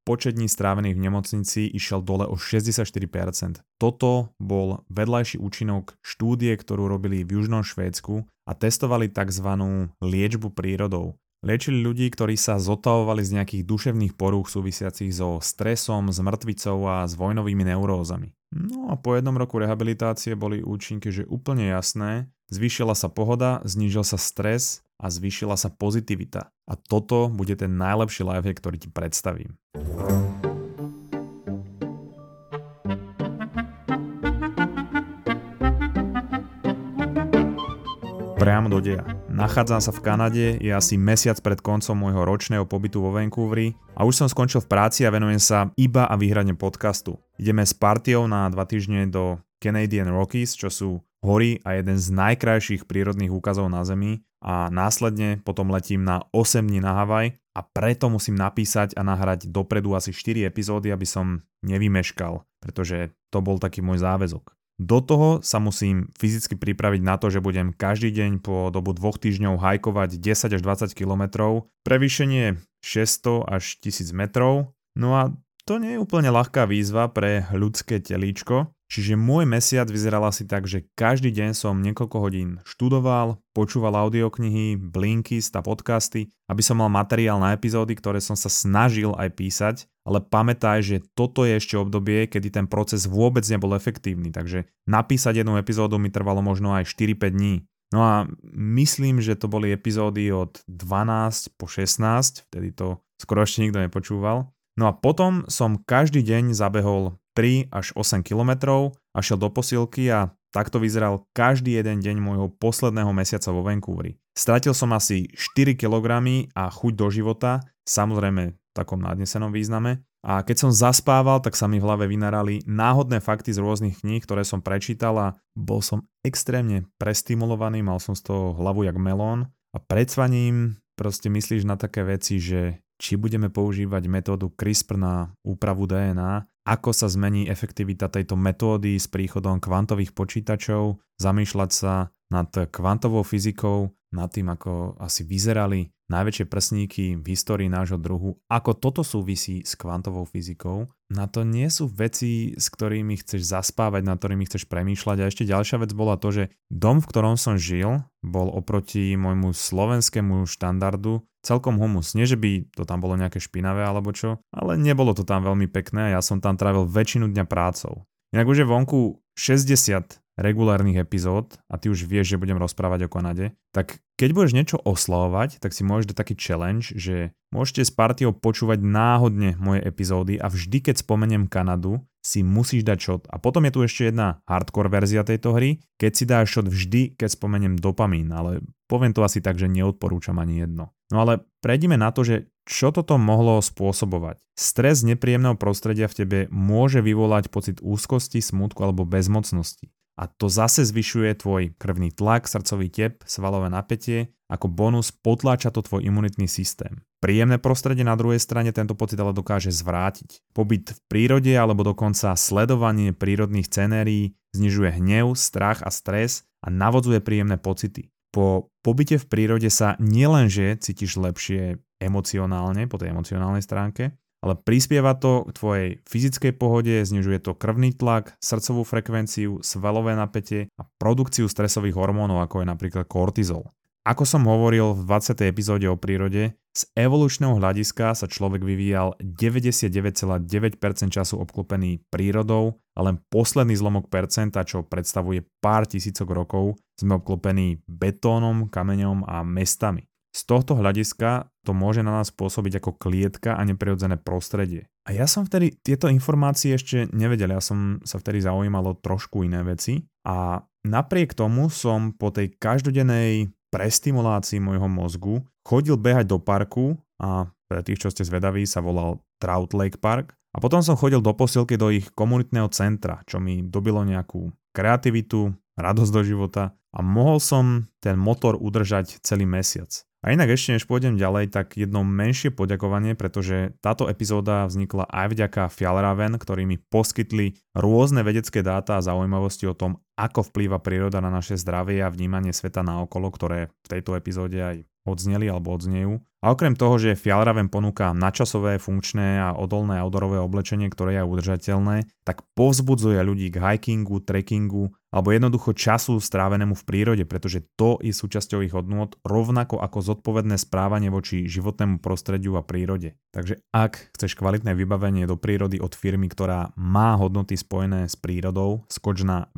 počet dní strávených v nemocnici išiel dole o 64%. Toto bol vedľajší účinok štúdie, ktorú robili v Južnom Švédsku a testovali tzv. Liečbu prírodou. Liečili ľudí, ktorí sa zotavovali z nejakých duševných porúch súvisiacich so stresom, s mŕtvicou a s vojnovými neurózami. No a po 1 roku rehabilitácie boli účinky, že úplne jasné, zvýšila sa pohoda, znížil sa stres a zvýšila sa pozitivita. A toto bude ten najlepší lifehack, ktorý ti predstavím. Priamo do deja. Nachádzam sa v Kanade, je asi mesiac pred koncom môjho ročného pobytu vo Vancouveri a už som skončil v práci a venujem sa iba a výhradne podcastu. Ideme s partiou na 2 týždne do Canadian Rockies, čo sú hory a jeden z najkrajších prírodných úkazov na Zemi a následne potom letím na 8 dní na Havaj a preto musím napísať a nahrať dopredu asi 4 epizódy, aby som nevymeškal, pretože to bol taký môj záväzok. Do toho sa musím fyzicky pripraviť na to, že budem každý deň po dobu 2 týždňov hajkovať 10 až 20 km, prevýšenie 600 až 1000 metrov. No a to nie je úplne ľahká výzva pre ľudské telíčko, čiže môj mesiac vyzeral asi tak, že každý deň som niekoľko hodín študoval, počúval audioknihy, Blinkist a podcasty, aby som mal materiál na epizódy, ktoré som sa snažil aj písať, ale pamätaj, že toto je ešte obdobie, kedy ten proces vôbec nebol efektívny, takže napísať jednu epizódu mi trvalo možno aj 4-5 dní. No a myslím, že to boli epizódy od 12 po 16, vtedy to skoro ešte nikto nepočúval. No a potom som každý deň zabehol 3 až 8 kilometrov a šiel do posilky a takto vyzeral každý jeden deň môjho posledného mesiaca vo Vancouveri. Stratil som asi 4 kg a chuť do života, samozrejme v takom nadnesenom význame. A keď som zaspával, tak sa mi v hlave vynárali náhodné fakty z rôznych kníh, ktoré som prečítal a bol som extrémne prestimulovaný, mal som z toho hlavu jak melón a pred spaním proste myslíš na také veci, že či budeme používať metódu CRISPR na úpravu DNA, ako sa zmení efektivita tejto metódy s príchodom kvantových počítačov, zamýšľať sa nad kvantovou fyzikou, nad tým, ako asi vyzerali najväčšie prsníky v histórii nášho druhu, ako toto súvisí s kvantovou fyzikou. Na to nie sú veci, s ktorými chceš zaspávať, nad ktorými chceš premýšľať. A ešte ďalšia vec bola to, že dom, v ktorom som žil, bol oproti môjmu slovenskému štandardu celkom humus. Nie, že by to tam bolo nejaké špinavé alebo čo, ale nebolo to tam veľmi pekné a ja som tam trávil väčšinu dňa prácou. Inak už je vonku 60 regulárnych epizód a ty už vieš, že budem rozprávať o Kanade, tak keď budeš niečo oslavovať, tak si môžeš dať taký challenge, že môžete s partiou počúvať náhodne moje epizódy a vždy, keď spomeniem Kanadu, si musíš dať shot. A potom je tu ešte jedna hardcore verzia tejto hry, keď si dáš shot vždy, keď spomeniem dopamín, ale poviem to asi tak, že neodporúčam ani jedno. No ale prejdime na to, že čo toto mohlo spôsobovať. Stres nepríjemného prostredia v tebe môže vyvolať pocit úzkosti, smútku alebo bezmocnosti. A to zase zvyšuje tvoj krvný tlak, srdcový tep, svalové napätie. Ako bonus potláča to tvoj imunitný systém. Príjemné prostredie na druhej strane tento pocit ale dokáže zvrátiť. Pobyt v prírode alebo dokonca sledovanie prírodných scenérií znižuje hnev, strach a stres a navodzuje príjemné pocity. Po pobyte v prírode sa nielenže cítiš lepšie emocionálne, po tej emocionálnej stránke, ale prispieva to k tvojej fyzickej pohode, znižuje to krvný tlak, srdcovú frekvenciu, svalové napätie a produkciu stresových hormónov, ako je napríklad kortizol. Ako som hovoril v 20. epizóde o prírode, z evolučného hľadiska sa človek vyvíjal 99,9% času obklopený prírodou a len posledný zlomok percenta, čo predstavuje pár tisícok rokov, sme obklopení betónom, kameňom a mestami. Z tohto hľadiska to môže na nás pôsobiť ako klietka a neprirodzené prostredie. A ja som vtedy tieto informácie ešte nevedel, ja som sa vtedy zaujímal o trošku iné veci a napriek tomu som po tej každodennej prestimulácii môjho mozgu chodil behať do parku a pre tých, čo ste zvedaví, sa volal Trout Lake Park a potom som chodil do posilky do ich komunitného centra, čo mi dobilo nejakú kreativitu, radosť do života a mohol som ten motor udržať celý mesiac. A inak ešte než pôjdem ďalej, tak jedno menšie poďakovanie, pretože táto epizóda vznikla aj vďaka Fjallraven, ktorí mi poskytli rôzne vedecké dáta a zaujímavosti o tom, ako vplýva príroda na naše zdravie a vnímanie sveta naokolo, ktoré v tejto epizóde aj odzneli alebo odznejú. A okrem toho, že Fjällräven ponúka nadčasové, funkčné a odolné outdoorové oblečenie, ktoré je udržateľné, tak povzbudzuje ľudí k hikingu, trekkingu alebo jednoducho času strávenému v prírode, pretože to je súčasťou ich hodnôt, rovnako ako zodpovedné správanie voči životnému prostrediu a prírode. Takže ak chceš kvalitné vybavenie do prírody od firmy, ktorá má hodnoty spojené s prírodou, skoč na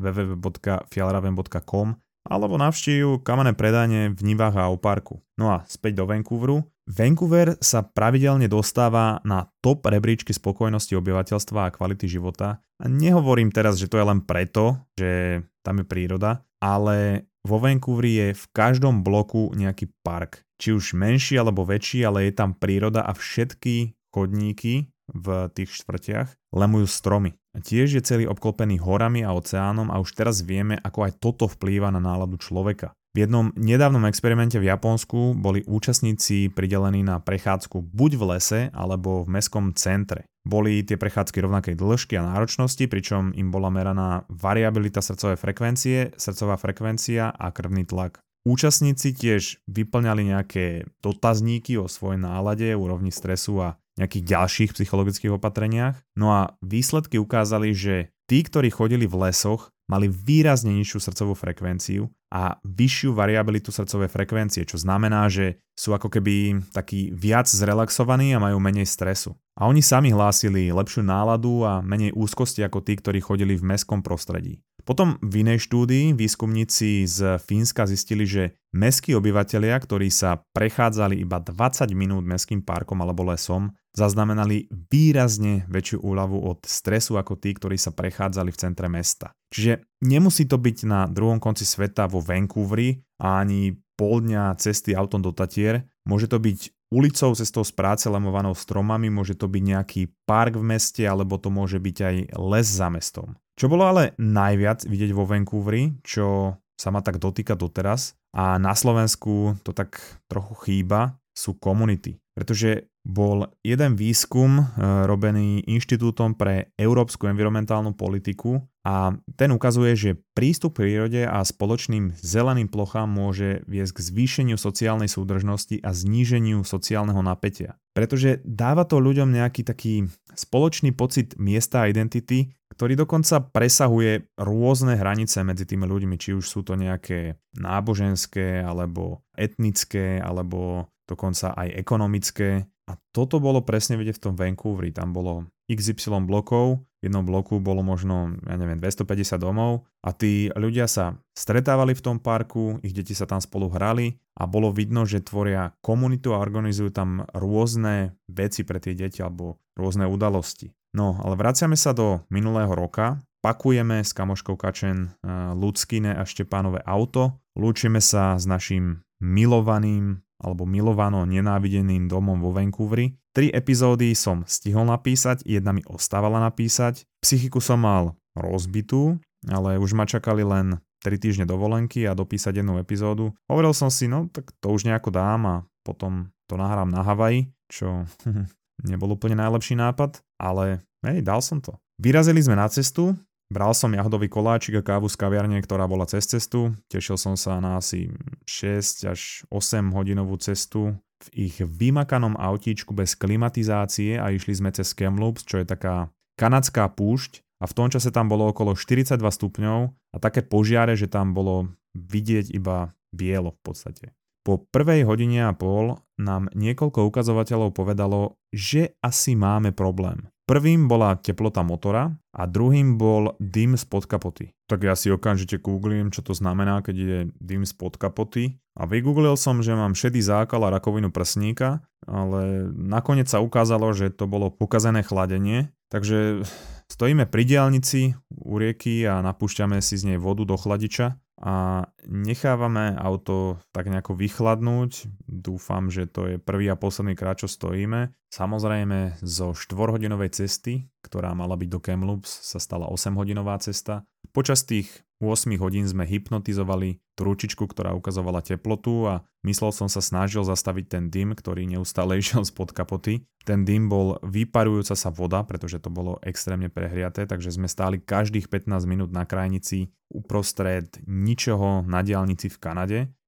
www.fjällräven.com alebo navštív kamenné predajne v Nivách a Auparku. No a späť do Vancouveru. Vancouver sa pravidelne dostáva na top rebríčky spokojnosti obyvateľstva a kvality života. A nehovorím teraz, že to je len preto, že tam je príroda, ale vo Vancouveri je v každom bloku nejaký park. Či už menší alebo väčší, ale je tam príroda a všetky chodníky v tých štvrtiach lemujú stromy. A tiež je celý obklopený horami a oceánom a už teraz vieme, ako aj toto vplýva na náladu človeka. V jednom nedávnom experimente v Japonsku boli účastníci pridelení na prechádzku buď v lese, alebo v mestskom centre. Boli tie prechádzky rovnakej dĺžky a náročnosti, pričom im bola meraná variabilita srdcovej frekvencie, srdcová frekvencia a krvný tlak. Účastníci tiež vyplňali nejaké dotazníky o svojej nálade, úrovni stresu a nejakých ďalších psychologických opatreniach. No a výsledky ukázali, že tí, ktorí chodili v lesoch, mali výrazne nižšiu srdcovú frekvenciu a vyššiu variabilitu srdcovej frekvencie, čo znamená, že sú ako keby takí viac zrelaxovaní a majú menej stresu. A oni sami hlásili lepšiu náladu a menej úzkosti ako tí, ktorí chodili v mestskom prostredí. Potom v inej štúdii výskumníci z Fínska zistili, že mestskí obyvatelia, ktorí sa prechádzali iba 20 minút mestským parkom alebo lesom, zaznamenali výrazne väčšiu úľavu od stresu ako tí, ktorí sa prechádzali v centre mesta. Čiže nemusí to byť na druhom konci sveta vo Vancouveri a ani pol dňa cesty autom do Tatier. Môže to byť ulicou, cestou z práce lemovanou stromami, môže to byť nejaký park v meste, alebo to môže byť aj les za mestom. Čo bolo ale najviac vidieť vo Vancouveri, čo sa ma tak dotýka doteraz a na Slovensku to tak trochu chýba, sú komunity. Pretože bol jeden výskum robený Inštitútom pre európsku environmentálnu politiku a ten ukazuje, že prístup k prírode a spoločným zeleným plochám môže viesť k zvýšeniu sociálnej súdržnosti a zníženiu sociálneho napätia. Pretože dáva to ľuďom nejaký taký spoločný pocit miesta a identity, ktorý dokonca presahuje rôzne hranice medzi tými ľuďmi, či už sú to nejaké náboženské, alebo etnické, alebo dokonca aj ekonomické. A toto bolo presne vidieť v tom Vancouveri. Tam bolo XY blokov, v jednom bloku bolo možno, 250 domov a tí ľudia sa stretávali v tom parku, ich deti sa tam spolu hrali a bolo vidno, že tvoria komunitu a organizujú tam rôzne veci pre tie deti alebo rôzne udalosti. No, ale vraciame sa do minulého roka. Pakujeme s kamoškou Kačen Ľudskine a Štepánové auto. Lúčime sa s našim milovaným alebo milovano nenávideným domom vo Vancouveri. 3 epizódy som stihol napísať, jedna mi ostávala napísať. Psychiku som mal rozbitú, ale už ma čakali len 3 týždne dovolenky a dopísať jednu epizódu. Hovoril som si, no tak to už nejako dám a potom to nahrám na Havaji, čo nebol úplne najlepší nápad, ale hej, dal som to. Vyrazili sme na cestu. Bral som jahodový koláčik a kávu z kaviarne, ktorá bola cez cestu. Tešil som sa na asi 6 až 8 hodinovú cestu v ich vymakanom autíčku bez klimatizácie a išli sme cez Kamloops, čo je taká kanadská púšť a v tom čase tam bolo okolo 42 stupňov a také požiare, že tam bolo vidieť iba bielo v podstate. Po 1 hodine a pol nám niekoľko ukazovateľov povedalo, že asi máme problém. Prvým bola teplota motora a druhým bol dym spod kapoty. Tak ja si okamžite googlím, čo to znamená, keď je dym spod kapoty. A vygooglil som, že mám šedý zákal a rakovinu prsníka, ale nakoniec sa ukázalo, že to bolo pokazené chladenie. Takže stojíme pri diaľnici u rieky a napúšťame si z nej vodu do chladiča a nechávame auto tak nejako vychladnúť. Dúfam, že to je prvý a posledný krát, čo stojíme. Samozrejme zo 4-hodinovej cesty, ktorá mala byť do Kamloops, sa stala 8-hodinová cesta. Počas tých 8 hodín sme hypnotizovali tú ručičku, ktorá ukazovala teplotu a myslel som sa snažil zastaviť ten dym, ktorý neustále išiel spod kapoty. Ten dym bol vyparujúca sa voda, pretože to bolo extrémne prehriaté, takže sme stáli každých 15 minút na krajnici uprostred ničoho na diaľnici v Kanade.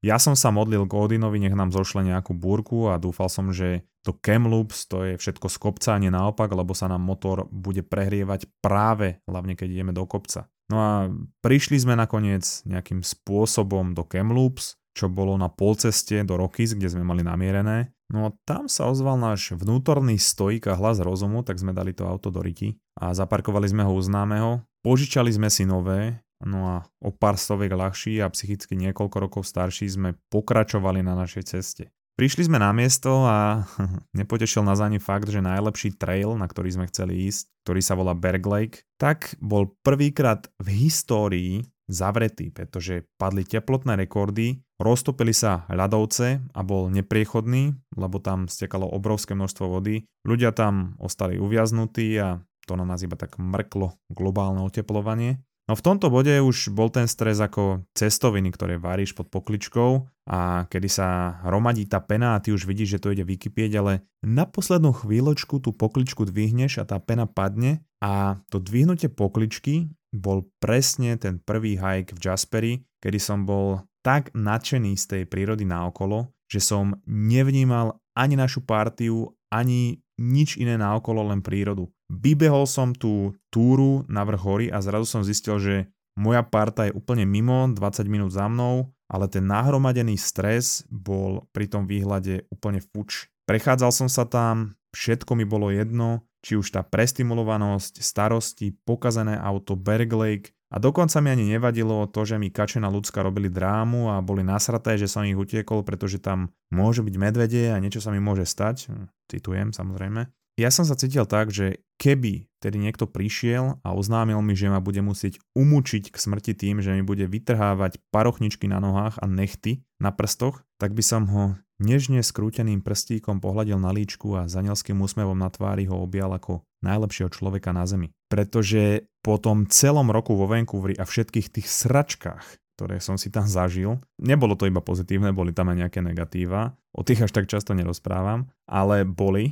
Ja som sa modlil k Odinovi, nech nám zošle nejakú búrku a dúfal som, že to Kamloops, to je všetko z kopca a nie naopak, lebo sa nám motor bude prehrievať práve, hlavne keď ideme do kopca. No a prišli sme nakoniec nejakým spôsobom do Kamloops, čo bolo na polceste do Rockies, kde sme mali namierené. No a tam sa ozval náš vnútorný stoik a hlas rozumu, tak sme dali to auto do riti a zaparkovali sme ho u známeho. Požičali sme si nové, no a o pár stoviek ľahší a psychicky niekoľko rokov starší sme pokračovali na našej ceste. Prišli sme na miesto a nepotešil nás ani fakt, že najlepší trail, na ktorý sme chceli ísť, ktorý sa volá Berg Lake, tak bol prvýkrát v histórii zavretý, pretože padli teplotné rekordy, roztopili sa ľadovce a bol nepriechodný, lebo tam stekalo obrovské množstvo vody. Ľudia tam ostali uviaznutí a to na nás iba tak mrklo globálne oteplovanie. No v tomto bode už bol ten stres ako cestoviny, ktoré varíš pod pokličkou a kedy sa hromadí tá pena a ty už vidíš, že to ide vykypieť, ale na poslednú chvíľočku tú pokličku dvihneš a tá pena padne a to dvihnutie pokličky bol presne ten prvý hike v Jasperi, kedy som bol tak nadšený z tej prírody naokolo, že som nevnímal ani našu partiu, ani nič iné naokolo, len prírodu. Vybehol som tú túru na vrch hory a zrazu som zistil, že moja parta je úplne mimo, 20 minút za mnou, ale ten nahromadený stres bol pri tom výhľade úplne fuč. Prechádzal som sa tam, všetko mi bolo jedno, či už tá prestimulovanosť, starosti, pokazené auto, Berg Lake a dokonca mi ani nevadilo to, že mi kačena ľudská robili drámu a boli nasraté, že som ich utiekol, pretože tam môžu byť medvede a niečo sa mi môže stať. Citujem, samozrejme. Ja som sa cítil tak, že keby tedy niekto prišiel a oznámil mi, že ma bude musieť umúčiť k smrti tým, že mi bude vytrhávať parochničky na nohách a nechty na prstoch, tak by som ho nežne skrúteným prstíkom pohľadil na líčku a s anielským úsmevom na tvári ho objal ako najlepšieho človeka na zemi. Pretože po tom celom roku vo Vancouveri a všetkých tých sračkách, ktoré som si tam zažil, nebolo to iba pozitívne, boli tam aj nejaké negatíva, o tých až tak často nerozprávam, ale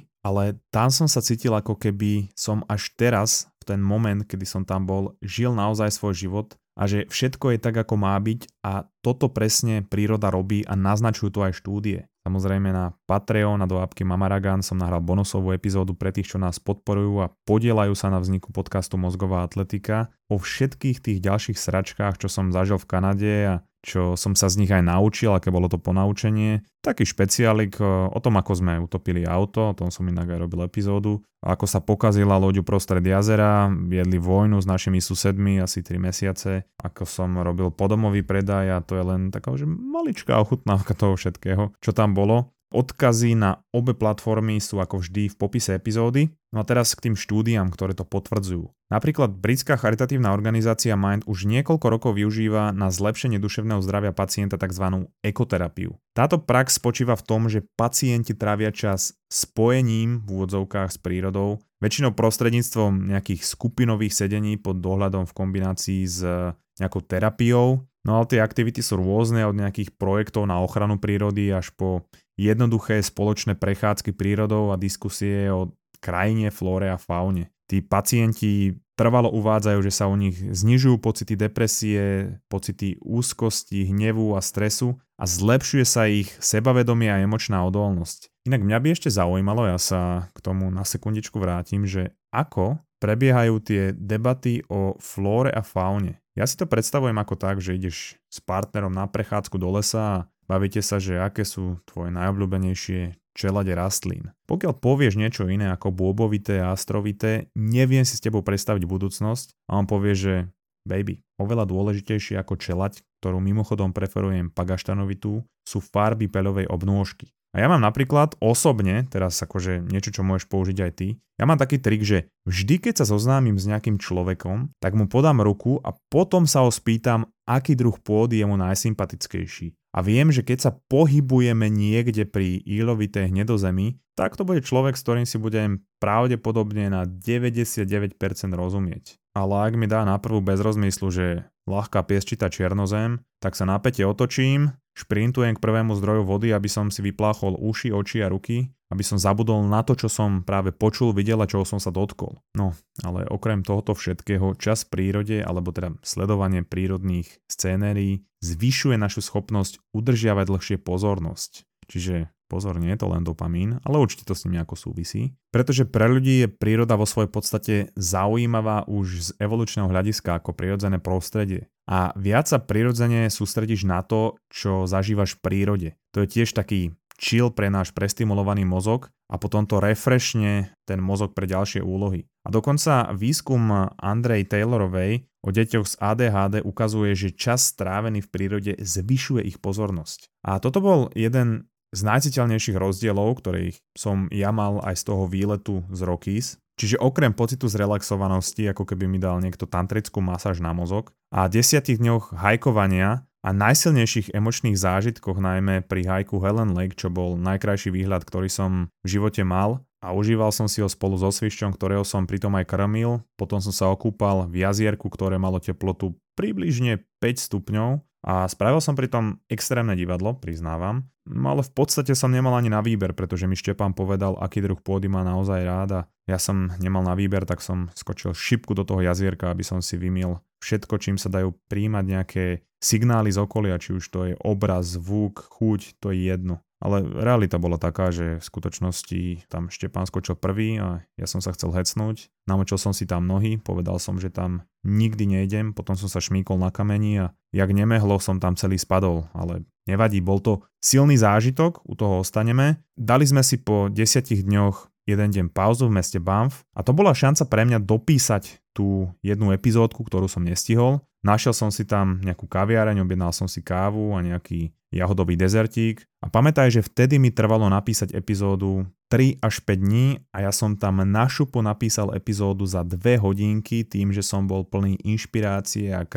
tam som sa cítil, ako keby som až teraz, v ten moment, kedy som tam bol, žil naozaj svoj život a že všetko je tak, ako má byť a toto presne príroda robí a naznačujú to aj štúdie. Samozrejme na Patreon a do apky Mamaragan som nahral bonusovú epizódu pre tých, čo nás podporujú a podieľajú sa na vzniku podcastu Mozgová atletika o všetkých tých ďalších sračkách, čo som zažil v Kanade a čo som sa z nich aj naučil, aké bolo to ponaučenie. Taký špeciálik o tom, ako sme utopili auto, o tom som inak aj robil epizódu, ako sa pokazila loď uprostred jazera, viedli vojnu s našimi susedmi asi 3 mesiace, ako som robil podomový predaj a to je len taká, že maličká ochutnávka toho všetkého, čo tam bolo. Odkazy na obe platformy sú ako vždy v popise epizódy. No a teraz k tým štúdiám, ktoré to potvrdzujú. Napríklad britská charitatívna organizácia Mind už niekoľko rokov využíva na zlepšenie duševného zdravia pacienta tzv. Ekoterapiu. Táto prax spočíva v tom, že pacienti trávia čas spojením v úvodzovkách s prírodou, väčšinou prostredníctvom nejakých skupinových sedení pod dohľadom v kombinácii s nejakou terapiou. No ale tie aktivity sú rôzne, od nejakých projektov na ochranu prírody až po jednoduché spoločné prechádzky prírodou a diskusie o krajine, flóre a faune. Tí pacienti trvalo uvádzajú, že sa u nich znižujú pocity depresie, pocity úzkosti, hnevu a stresu a zlepšuje sa ich sebavedomie a emočná odolnosť. Inak mňa by ešte zaujímalo, ja sa k tomu na sekundičku vrátim, že ako prebiehajú tie debaty o flóre a faune. Ja si to predstavujem ako tak, že ideš s partnerom na prechádzku do lesa a bavíte sa, že aké sú tvoje najobľúbenejšie čelade rastlín. Pokiaľ povieš niečo iné ako bôbovité a astrovité, neviem si s tebou predstaviť budúcnosť a on povie, že baby, oveľa dôležitejšie ako čelať, ktorú mimochodom preferujem pagaštanovitú, sú farby peľovej obnôžky. A ja mám napríklad osobne, teraz akože niečo, čo môžeš použiť aj ty, ja mám taký trik, že vždy, keď sa zoznámim s nejakým človekom, tak mu podám ruku a potom sa ho spýtam, aký druh pôdy je mu najsympatickejší. A viem, že keď sa pohybujeme niekde pri ílovitej hnedozemi, tak to bude človek, s ktorým si budem pravdepodobne na 99% rozumieť. Ale ak mi dá na prvú bez rozmyslu, že ľahká piesčitá čiernozem, tak sa napäte otočím šprintujem k prvému zdroju vody, aby som si vypláchol uši, oči a ruky, aby som zabudol na to, čo som práve počul, videl a čoho som sa dotkol. No, ale okrem tohoto všetkého, čas v prírode, alebo teda sledovanie prírodných scénérií zvyšuje našu schopnosť udržiavať dlhšie pozornosť. Čiže pozor, nie je to len dopamín, ale určite to s ním nejako súvisí. Pretože pre ľudí je príroda vo svojej podstate zaujímavá už z evolučného hľadiska ako prirodzené prostredie. A viac sa prirodzene sústredíš na to, čo zažívaš v prírode. To je tiež taký chill pre náš prestimulovaný mozog a potom to refreshne ten mozog pre ďalšie úlohy. A dokonca výskum Andrej Taylorovej o deťoch s ADHD ukazuje, že čas strávený v prírode zvyšuje ich pozornosť. A toto bol jeden z najciteľnejších rozdielov, ktorých som ja mal aj z toho výletu z Rockies. Čiže okrem pocitu zrelaxovanosti, ako keby mi dal niekto tantrickú masáž na mozog a 10 dňoch hajkovania a najsilnejších emočných zážitkoch, najmä pri hajku Helen Lake, čo bol najkrajší výhľad, ktorý som v živote mal a užíval som si ho spolu so svišťom, ktorého som pritom aj krmil. Potom som sa okúpal v jazierku, ktoré malo teplotu približne 5 stupňov a spravil som pritom extrémne divadlo, priznávam. Ale v podstate som nemal ani na výber, pretože mi Štepán povedal, aký druh pôdy má naozaj rád a ja som nemal na výber, tak som skočil šipku do toho jazierka, aby som si vymiel všetko, čím sa dajú príjmať nejaké signály z okolia, či už to je obraz, zvuk, chuť, to je jedno. Ale realita bola taká, že v skutočnosti tam Štepán skočil prvý a ja som sa chcel hecnúť. Namočil som si tam nohy, povedal som, že tam nikdy nejdem, potom som sa šmíkol na kameni a jak nemehlo som tam celý spadol, ale nevadí, bol to silný zážitok, u toho ostaneme. Dali sme si po 10 dňoch jeden deň pauzu v meste Banff a to bola šanca pre mňa dopísať tú jednu epizódku, ktorú som nestihol. Našiel som si tam nejakú kaviareň, objednal som si kávu a nejaký jahodový dezertík a pamätaj, že vtedy mi trvalo napísať epizódu 3 až 5 dní a ja som tam na šupu napísal epizódu za 2 hodinky tým, že som bol plný inšpirácie a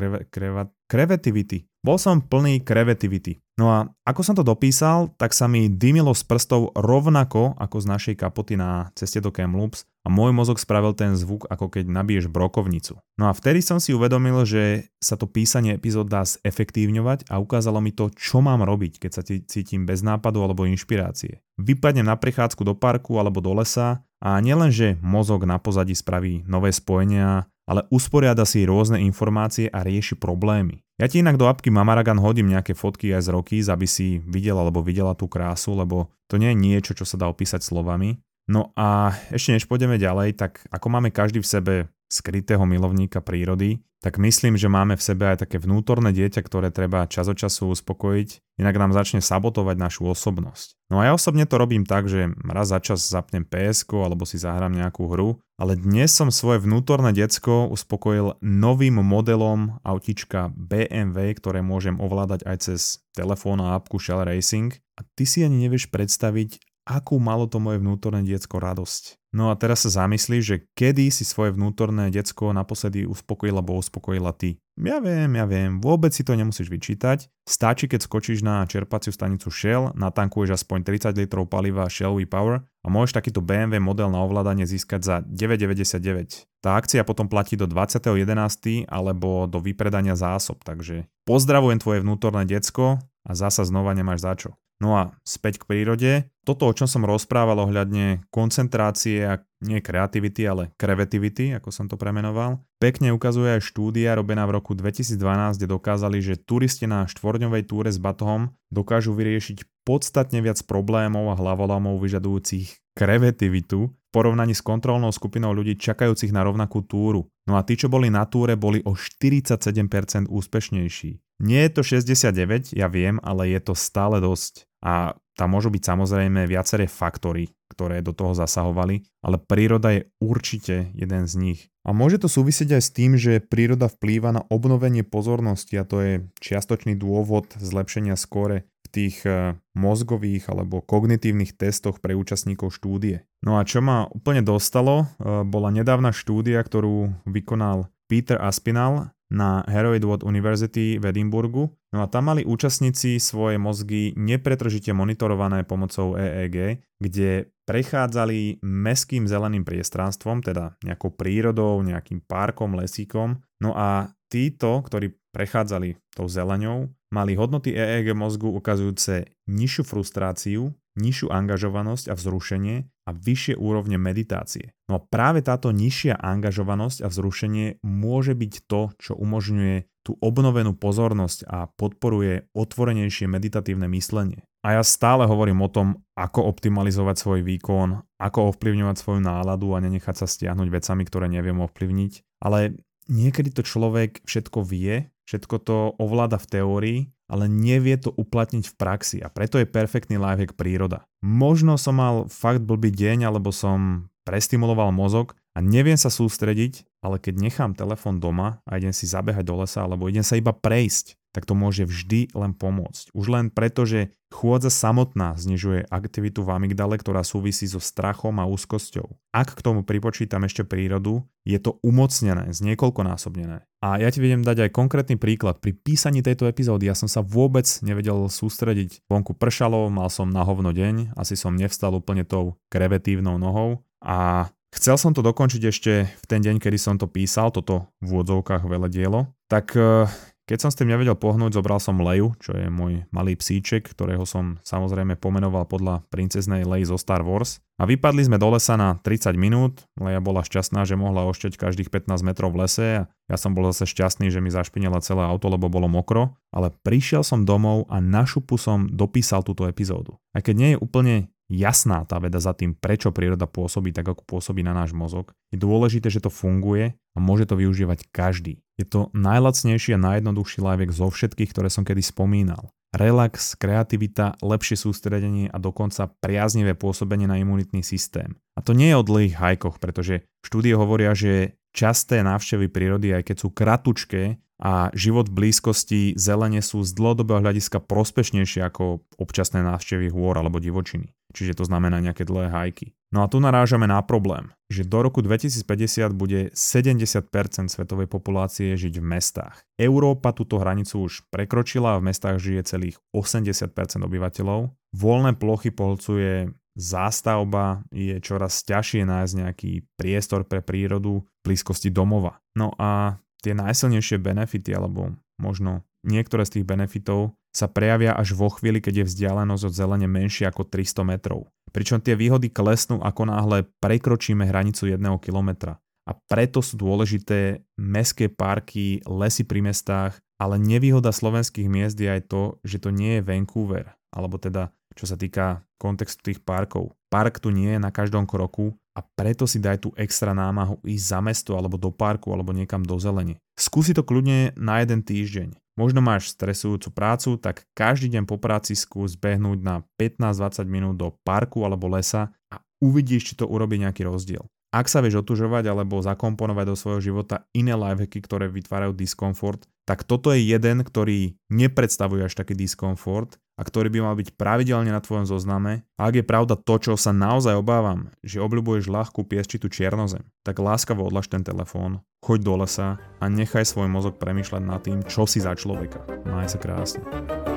kreativity. Bol som plný kreativity. No a ako som to dopísal, tak sa mi dymilo z prstov rovnako ako z našej kapoty na ceste do Kamloops a môj mozog spravil ten zvuk, ako keď nabiješ brokovnicu. No a vtedy som si uvedomil, že sa to písanie epizód dá zefektívňovať a ukázalo mi to, čo mám robiť, keď sa cítim bez nápadu alebo inšpirácie. Vypadnem na prechádzku do parku alebo do lesa a nielenže mozog na pozadí spraví nové spojenia, ale usporiada si rôzne informácie a rieši problémy. Ja ti inak do apky Mamaragan hodím nejaké fotky aj z Rockies, aby si videl alebo videla tú krásu, lebo to nie je niečo, čo sa dá opísať slovami. No a ešte než pôjdeme ďalej, tak ako máme každý v sebe skrytého milovníka prírody, tak myslím, že máme v sebe aj také vnútorné dieťa, ktoré treba čas od času uspokojiť, inak nám začne sabotovať našu osobnosť. No a ja osobne to robím tak, že raz za čas zapnem PS-ko alebo si zahrám nejakú hru, ale dnes som svoje vnútorné decko uspokojil novým modelom autička BMW, ktoré môžem ovládať aj cez telefón a appku Shell Racing. A ty si ani nevieš predstaviť, akú malo to moje vnútorné decko radosť. No a teraz sa zamyslí, že kedy si svoje vnútorné decko naposledy uspokojil alebo uspokojila ty. Ja viem, vôbec si to nemusíš vyčítať. Stačí, keď skočíš na čerpaciu stanicu Shell, natankuješ aspoň 30 litrov paliva Shell V-Power a môžeš takýto BMW model na ovládanie získať za 9,99. Tá akcia potom platí do 20.11. alebo do vypredania zásob, takže pozdravujem tvoje vnútorné decko a zasa znova nemáš za čo. No a späť k prírode. Toto, o čom som rozprával ohľadne koncentrácie a nie kreativity, ale kreativity, ako som to premenoval, pekne ukazuje aj štúdia robená v roku 2012, kde dokázali, že turisti na 4-dňovej túre s batohom dokážu vyriešiť podstatne viac problémov a hlavolamov vyžadujúcich kreativitu v porovnaní s kontrolnou skupinou ľudí čakajúcich na rovnakú túru. No a tí, čo boli na túre, boli o 47% úspešnejší. Nie je to 69, ja viem, ale je to stále dosť. A tam môžu byť samozrejme viaceré faktory, ktoré do toho zasahovali, ale príroda je určite jeden z nich. A môže to súvisieť aj s tým, že príroda vplýva na obnovenie pozornosti a to je čiastočný dôvod zlepšenia skóre v tých mozgových alebo kognitívnych testoch pre účastníkov štúdie. No a čo ma úplne dostalo, bola nedávna štúdia, ktorú vykonal Peter Aspinall na Harvard University v Edinburgu. No a tam mali účastníci svoje mozgy nepretržite monitorované pomocou EEG, kde prechádzali mestským zeleným priestranstvom, teda nejakou prírodou, nejakým parkom, lesíkom. No a títo, ktorí prechádzali tou zeleňou, mali hodnoty EEG mozgu ukazujúce nižšiu frustráciu, nižšiu angažovanosť a vzrušenie a vyššie úrovne meditácie. No a práve táto nižšia angažovanosť a vzrušenie môže byť to, čo umožňuje tú obnovenú pozornosť a podporuje otvorenejšie meditatívne myslenie. A ja stále hovorím o tom, ako optimalizovať svoj výkon, ako ovplyvňovať svoju náladu a nenechať sa stiahnuť vecami, ktoré neviem ovplyvniť. Ale niekedy to človek všetko vie, všetko to ovláda v teórii, ale nevie to uplatniť v praxi a preto je perfektný lifehack príroda. Možno som mal fakt blbý deň, alebo som prestimuloval mozog a neviem sa sústrediť, ale keď nechám telefón doma a idem si zabehať do lesa alebo idem sa iba prejsť, tak to môže vždy len pomôcť. Už len preto, že chôdza samotná znižuje aktivitu v amygdale, ktorá súvisí so strachom a úzkosťou. Ak k tomu pripočítam ešte prírodu, je to umocnené, zniekoľkonásobnené. A ja ti vedem dať aj konkrétny príklad. Pri písaní tejto epizódy ja som sa vôbec nevedel sústrediť. Vonku pršalo, mal som na hovno deň, asi som nevstal úplne tou krevetívnou nohou a chcel som to dokončiť ešte v ten deň, kedy som to písal, toto v úvodzovkách veledielo. Tak keď som s tým nevedel pohnúť, zobral som Leju, čo je môj malý psíček, ktorého som samozrejme pomenoval podľa princeznej Lei zo Star Wars. A vypadli sme do lesa na 30 minút. Leja bola šťastná, že mohla ošteť každých 15 metrov v lese a ja som bol zase šťastný, že mi zašpinilo celé auto, lebo bolo mokro. Ale prišiel som domov a na šupu som dopísal túto epizódu. Aj keď nie je úplne jasná tá veda za tým, prečo príroda pôsobí tak, ako pôsobí na náš mozog, je dôležité, že to funguje a môže to využívať každý. Je to najlacnejší a najjednoduchší lifehack zo všetkých, ktoré som kedy spomínal. Relax, kreativita, lepšie sústredenie a dokonca priaznivé pôsobenie na imunitný systém. A to nie je o dlhých hajkoch, pretože štúdie hovoria, že časté návštevy prírody, aj keď sú kratučké a život v blízkosti zelene sú z dlhodobého hľadiska prospešnejšie ako občasné návštevy hôr alebo divočiny. Čiže to znamená nejaké dlhé hajky. No a tu narážame na problém, že do roku 2050 bude 70% svetovej populácie žiť v mestách. Európa túto hranicu už prekročila a v mestách žije celých 80% obyvateľov. Voľné plochy pohlcuje zástavba, je čoraz ťažšie nájsť nejaký priestor pre prírodu v blízkosti domova. No a tie najsilnejšie benefity, alebo možno niektoré z tých benefitov sa prejavia až vo chvíli, keď je vzdialenosť od zelene menšia ako 300 metrov. Pričom tie výhody klesnú, ako náhle prekročíme hranicu 1 kilometra. A preto sú dôležité mestské parky, lesy pri mestách, ale nevýhoda slovenských miest je aj to, že to nie je Vancouver, alebo teda čo sa týka kontextu tých parkov. Park tu nie je na každom kroku a preto si daj tú extra námahu ísť za mesto alebo do parku alebo niekam do zelene. Skúsi to kľudne na jeden týždeň. Možno máš stresujúcu prácu, tak každý deň po práci skús behnúť na 15-20 minút do parku alebo lesa a uvidíš, či to urobí nejaký rozdiel. Ak sa vieš otužovať alebo zakomponovať do svojho života iné lifehacky, ktoré vytvárajú diskomfort, tak toto je jeden, ktorý nepredstavuje až taký diskomfort a ktorý by mal byť pravidelne na tvojom zozname. A ak je pravda to, čo sa naozaj obávam, že obľubuješ ľahkú piesčitú čiernozem, tak láskavo odlaž ten telefón, choď do lesa a nechaj svoj mozog premýšľať nad tým, čo si za človeka. Maj sa krásne.